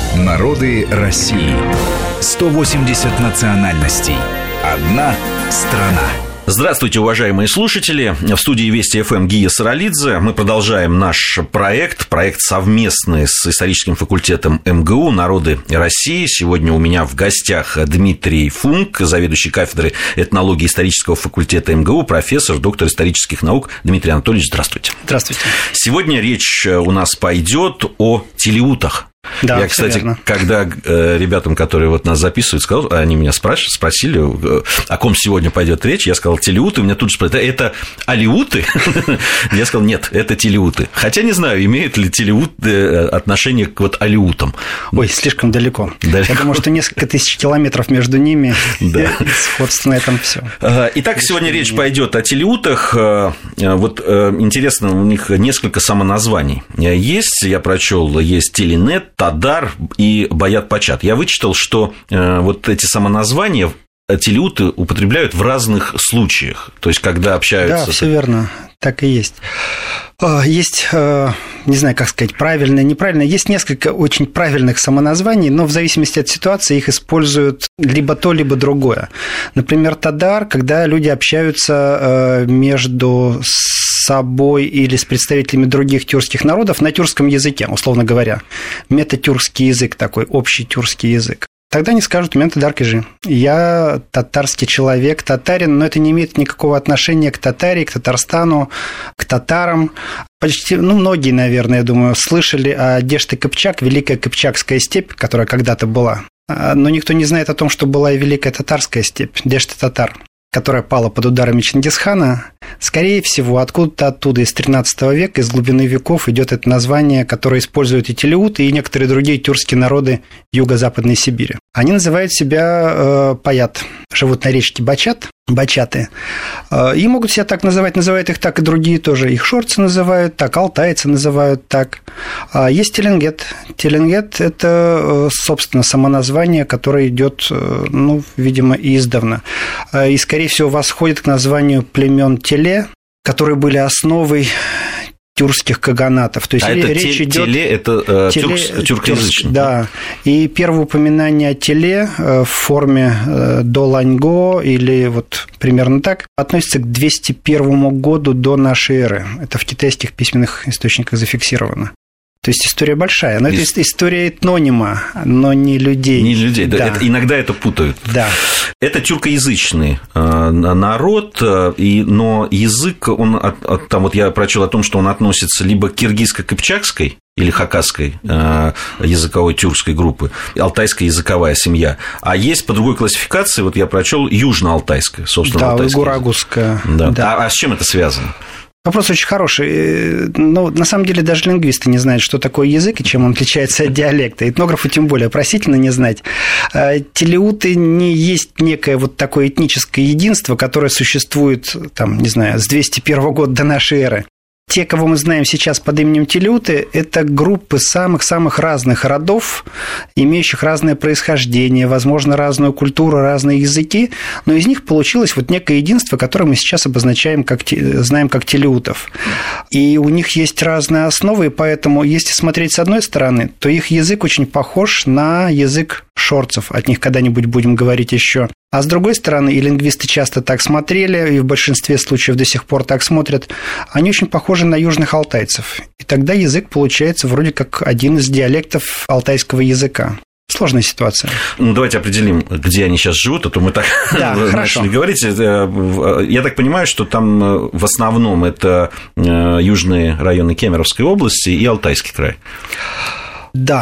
Народы России. 180 национальностей. Одна страна. Здравствуйте, уважаемые слушатели. В студии Вести ФМ Гия Саралидзе. Мы продолжаем наш проект совместный с историческим факультетом МГУ «Народы России». Сегодня у меня в гостях Дмитрий Функ, заведующий кафедрой этнологии исторического факультета МГУ, профессор, доктор исторических наук. Дмитрий Анатольевич, здравствуйте. Здравствуйте. Сегодня речь у нас пойдет о телеутах. Да, я, кстати, когда ребятам, которые вот нас записывают, сказал, они меня спросили, о ком сегодня пойдет речь, я сказал телеуты, меня тут же спросили, это алиуты? Я сказал, нет, это телеуты. Хотя не знаю, имеют ли телеуты отношение к вот алиутам. Ой, слишком далеко. Я думаю, что несколько тысяч километров между ними, сходство на этом все. Итак, сегодня речь пойдет о телеутах. Вот интересно, у них несколько самоназваний есть. Я прочел, есть Теленет, Тадар и Баят-Пачат. Я вычитал, что вот эти самоназвания телеуты употребляют в разных случаях. То есть, когда общаются... Да, все верно, так и есть. Есть, не знаю, как сказать, правильно, неправильно, есть несколько очень правильных самоназваний, но в зависимости от ситуации их используют либо то, либо другое. Например, Тадар, когда люди общаются между собой или с представителями других тюркских народов на тюркском языке, условно говоря. Метатюркский язык такой, общий тюркский язык. Тогда они скажут, у меня Тадар Кижи. Я татарский человек, татарин, но это не имеет никакого отношения к Татарии, к Татарстану, к татарам. Почти, многие, наверное, я думаю, слышали о Дешты-Кыпчак, Великая Кыпчакская степь, которая когда-то была. Но никто не знает о том, что была и Великая Татарская степь, Дешты-Татар, которая пала под ударами Чингисхана. Скорее всего, откуда-то оттуда, из XIII века, из глубины веков идет это название, которое используют и телеуты, и некоторые другие тюркские народы Юго-Западной Сибири. Они называют себя паят, живут на речке Бачат, бачаты, и могут себя так называть, называют их так и другие тоже. Их шорцы называют так, алтайцы называют так. Есть Теленгет. Теленгет – это, собственно, самоназвание, которое идет, видимо, издавна. И, скорее всего, восходит к названию племен Теле, которые были основой тюркских каганатов. То есть речь идет... Теле – это тюркоязычный. Да. И первое упоминание о Теле в форме Доланьго или вот примерно так относится к 201 году до нашей эры. Это в китайских письменных источниках зафиксировано. То есть история большая, но это история этнонима, но не людей. Не людей, да. Иногда это путают. Да. Это тюркоязычный народ, но язык, там вот я прочел о том, что он относится либо к киргизско-кыпчакской или хакасской языковой тюркской группы, алтайская языковая семья, а есть по другой классификации, вот я прочел южно-алтайская, собственно, да, алтайская. Уйгурагусская. Да. А с чем это связано? Вопрос очень хороший. Но на самом деле даже лингвисты не знают, что такое язык и чем он отличается от диалекта. Этнографу тем более простительно не знать. Телеуты не есть некое вот такое этническое единство, которое существует, с 201 года до нашей эры. Те, кого мы знаем сейчас под именем телеуты, это группы самых-самых разных родов, имеющих разное происхождение, возможно, разную культуру, разные языки, но из них получилось вот некое единство, которое мы сейчас обозначаем, знаем как телеутов. И у них есть разные основы, и поэтому, если смотреть с одной стороны, то их язык очень похож на язык шорцев, от них когда-нибудь будем говорить еще. А с другой стороны, и лингвисты часто так смотрели, и в большинстве случаев до сих пор так смотрят, они очень похожи на южных алтайцев. И тогда язык получается вроде как один из диалектов алтайского языка. Сложная ситуация. Давайте определим, где они сейчас живут, а то мы так начали говорить. Я так понимаю, что там в основном это южные районы Кемеровской области и Алтайский край. Да.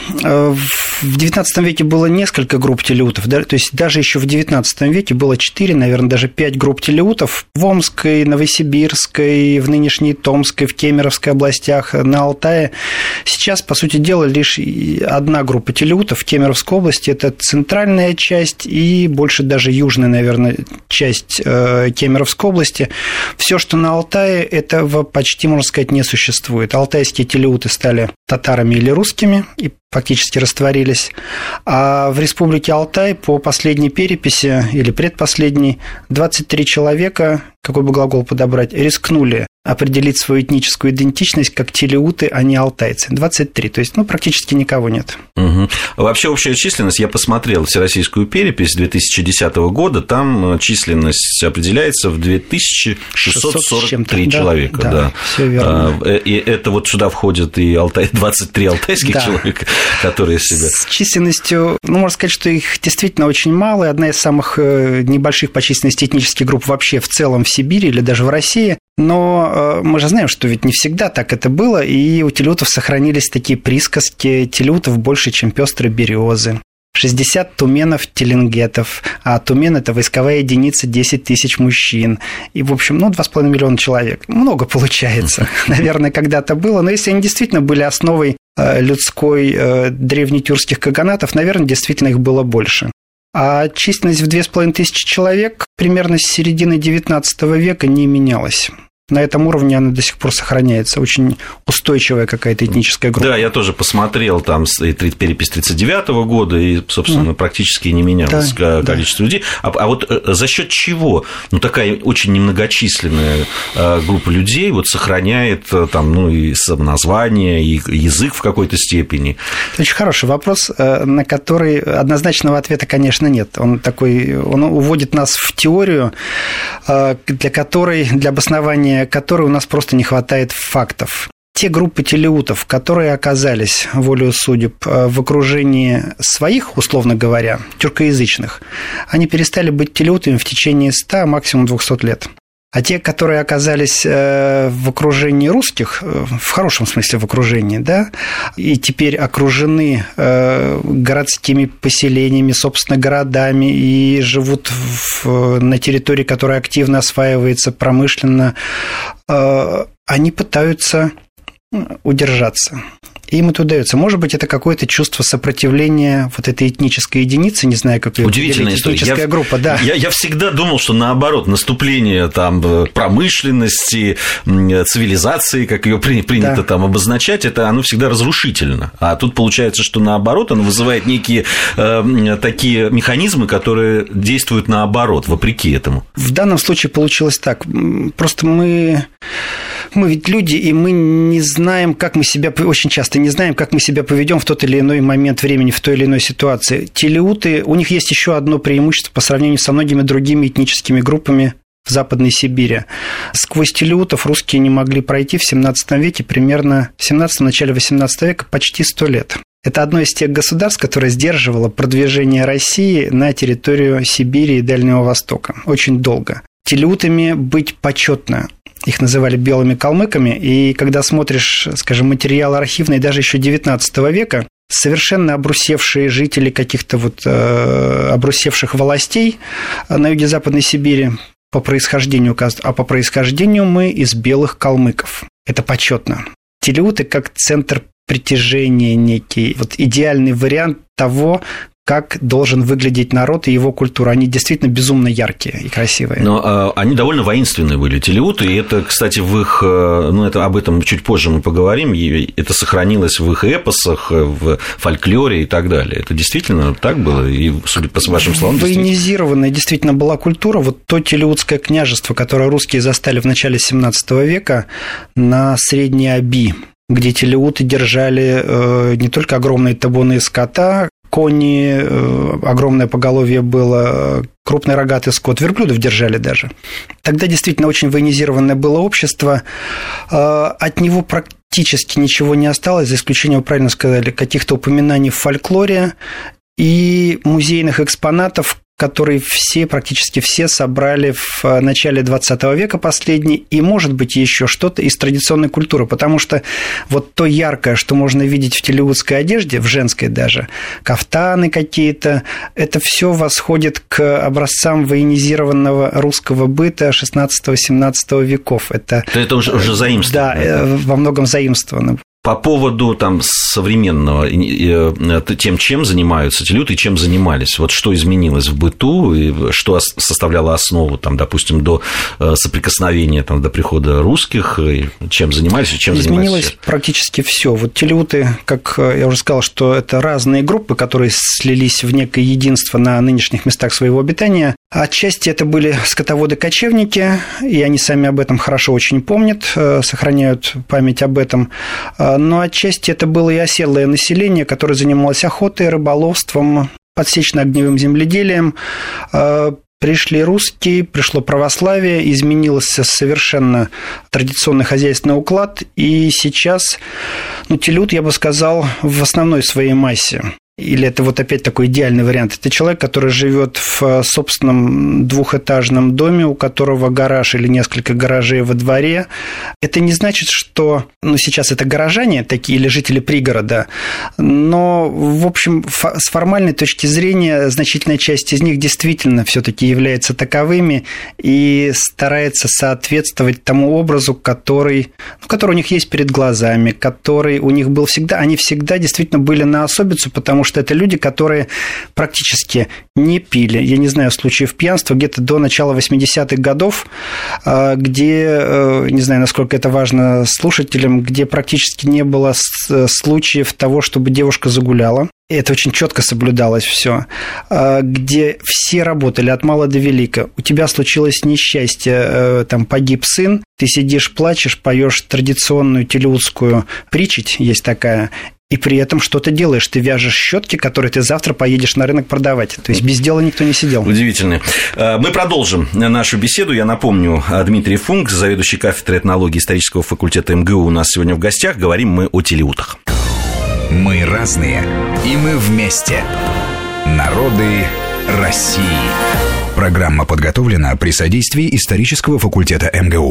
В XIX веке было несколько групп телеутов, то есть даже еще в XIX веке было 4, наверное, даже 5 групп телеутов в Омской, Новосибирской, в нынешней Томской, в Кемеровской областях, на Алтае. Сейчас, по сути дела, лишь одна группа телеутов в Кемеровской области, это центральная часть и больше даже южная, наверное, часть Кемеровской области. Все, что на Алтае, этого почти, можно сказать, не существует. Алтайские телеуты стали татарами или русскими и фактически растворились. А в республике Алтай по последней переписи, или предпоследней, 23 человека, какой бы глагол подобрать, рискнули определить свою этническую идентичность как телеуты, а не алтайцы. 23, то есть, практически никого нет. Угу. Вообще общая численность, я посмотрел всероссийскую перепись 2010 года, там численность определяется в 2643 человека. Да, все верно. И это вот сюда входит и 23 алтайских человека, которые себя... С численностью, можно сказать, что их действительно очень мало, и одна из самых небольших по численности этнических групп вообще в целом в Сибири или даже в России. Но мы же знаем, что ведь не всегда так это было, и у телеутов сохранились такие присказки: телеутов больше, чем пестрые березы. 60 туменов-теленгетов, а тумен – это войсковая единица 10 тысяч мужчин. И, в общем, 2,5 миллиона человек. Много получается. Наверное, когда-то было. Но если они действительно были основой людской древнетюркских каганатов, наверное, действительно их было больше. А численность в 2500 человек примерно с середины XIX века не менялась. На этом уровне она до сих пор сохраняется. Очень устойчивая какая-то этническая группа. Да, я тоже посмотрел там перепись 1939 года, и, собственно, практически не менялось количество людей. А вот за счет чего такая очень немногочисленная группа людей вот сохраняет там, и самоназвание, и язык в какой-то степени? Это очень хороший вопрос, на который однозначного ответа, конечно, нет. Он уводит нас в теорию, для обоснования которой у нас просто не хватает фактов. Те группы телеутов, которые оказались, волею судеб, в окружении своих, условно говоря, тюркоязычных, они перестали быть телеутами в течение 100, максимум 200 лет. А те, которые оказались в окружении русских, в хорошем смысле в окружении, да, и теперь окружены городскими поселениями, собственно, городами, и живут на территории, которая активно осваивается промышленно, они пытаются удержаться. Им это удается. Может быть, это какое-то чувство сопротивления вот этой этнической единицы, не знаю, как ее определить. Удивительная история. Этническая группа, да. Я всегда думал, что наоборот, наступление промышленности, цивилизации, как ее принято там обозначать, оно всегда разрушительно. А тут получается, что наоборот, оно вызывает некие такие механизмы, которые действуют наоборот, вопреки этому. В данном случае получилось так. Просто мы ведь люди, и мы не знаем, как мы себя, очень часто не знаем, как мы себя поведем в тот или иной момент времени, в той или иной ситуации. Телеуты, у них есть еще одно преимущество по сравнению со многими другими этническими группами в Западной Сибири. Сквозь телеутов русские не могли пройти в 17 веке, примерно в 17-м, начале 18 века, почти 100 лет. Это одно из тех государств, которое сдерживало продвижение России на территорию Сибири и Дальнего Востока очень долго. Телеутами быть почетно. Их называли белыми калмыками, и когда смотришь, скажем, материалы архивные даже еще XIX века, совершенно обрусевшие жители каких-то обрусевших властей на юге Западной Сибири по происхождению указывают, а по происхождению мы из белых калмыков. Это почетно. Телеуты как центр притяжения некий, идеальный вариант того, как должен выглядеть народ и его культура. Они действительно безумно яркие и красивые. Но они довольно воинственные были, телеуты, и это, кстати, в их... об этом чуть позже мы поговорим, это сохранилось в их эпосах, в фольклоре и так далее. Это действительно так было? И, судя по вашим словам, военизированная действительно была культура. То телеутское княжество, которое русские застали в начале 17 века на Средней Оби, где телеуты держали не только огромные табуны скота, кони, огромное поголовье было, крупный рогатый скот, верблюдов держали даже. Тогда действительно очень военизированное было общество. От него практически ничего не осталось, за исключением, вы правильно сказали, каких-то упоминаний в фольклоре и музейных экспонатов, которые практически все собрали в начале 20 века последний, и, может быть, еще что-то из традиционной культуры, потому что то яркое, что можно видеть в телеутской одежде, в женской даже, кафтаны какие-то, это все восходит к образцам военизированного русского быта 16-17 веков. Это уже заимствовано. Да, во многом заимствовано. По поводу там современного, тем, чем занимаются эти люди и чем занимались, вот что изменилось в быту, и что составляло основу, там, допустим, до соприкосновения, там, до прихода русских, и чем занимались и чем изменилось занимаются сейчас? Практически все. Вот телюты, как я уже сказал, что это разные группы, которые слились в некое единство на нынешних местах своего обитания. Отчасти это были скотоводы-кочевники, и они сами об этом хорошо очень помнят, сохраняют память об этом. Но отчасти это было и оседлое население, которое занималось охотой, рыболовством, подсечно-огневым земледелием. Пришли русские, пришло православие, изменился совершенно традиционный хозяйственный уклад, и сейчас, телют, я бы сказал, в основной своей массе. Или это вот опять такой идеальный вариант. Это человек, который живет в собственном двухэтажном доме, у которого гараж или несколько гаражей во дворе. Это не значит, что сейчас это горожане такие или жители пригорода, но, в общем, с формальной точки зрения значительная часть из них действительно все-таки является таковыми и старается соответствовать тому образу, который у них есть перед глазами, который у них был всегда. Они всегда действительно были на особицу, потому что это люди, которые практически не пили. Я не знаю случаев пьянства где-то до начала 80-х годов, где, не знаю, насколько это важно слушателям, где практически не было случаев того, чтобы девушка загуляла. И это очень четко соблюдалось все, где все работали от мала до велика. У тебя случилось несчастье, там погиб сын, ты сидишь, плачешь, поешь традиционную телютскую притчить, есть такая, и при этом что-то делаешь. Ты вяжешь щетки, которые ты завтра поедешь на рынок продавать. То есть без дела никто не сидел. Удивительно. Мы продолжим нашу беседу. Я напомню, Дмитрий Функ, заведующий кафедрой этнологии исторического факультета МГУ, у нас сегодня в гостях. Говорим мы о телютах. Мы разные, и мы вместе. Народы России. Программа подготовлена при содействии исторического факультета МГУ.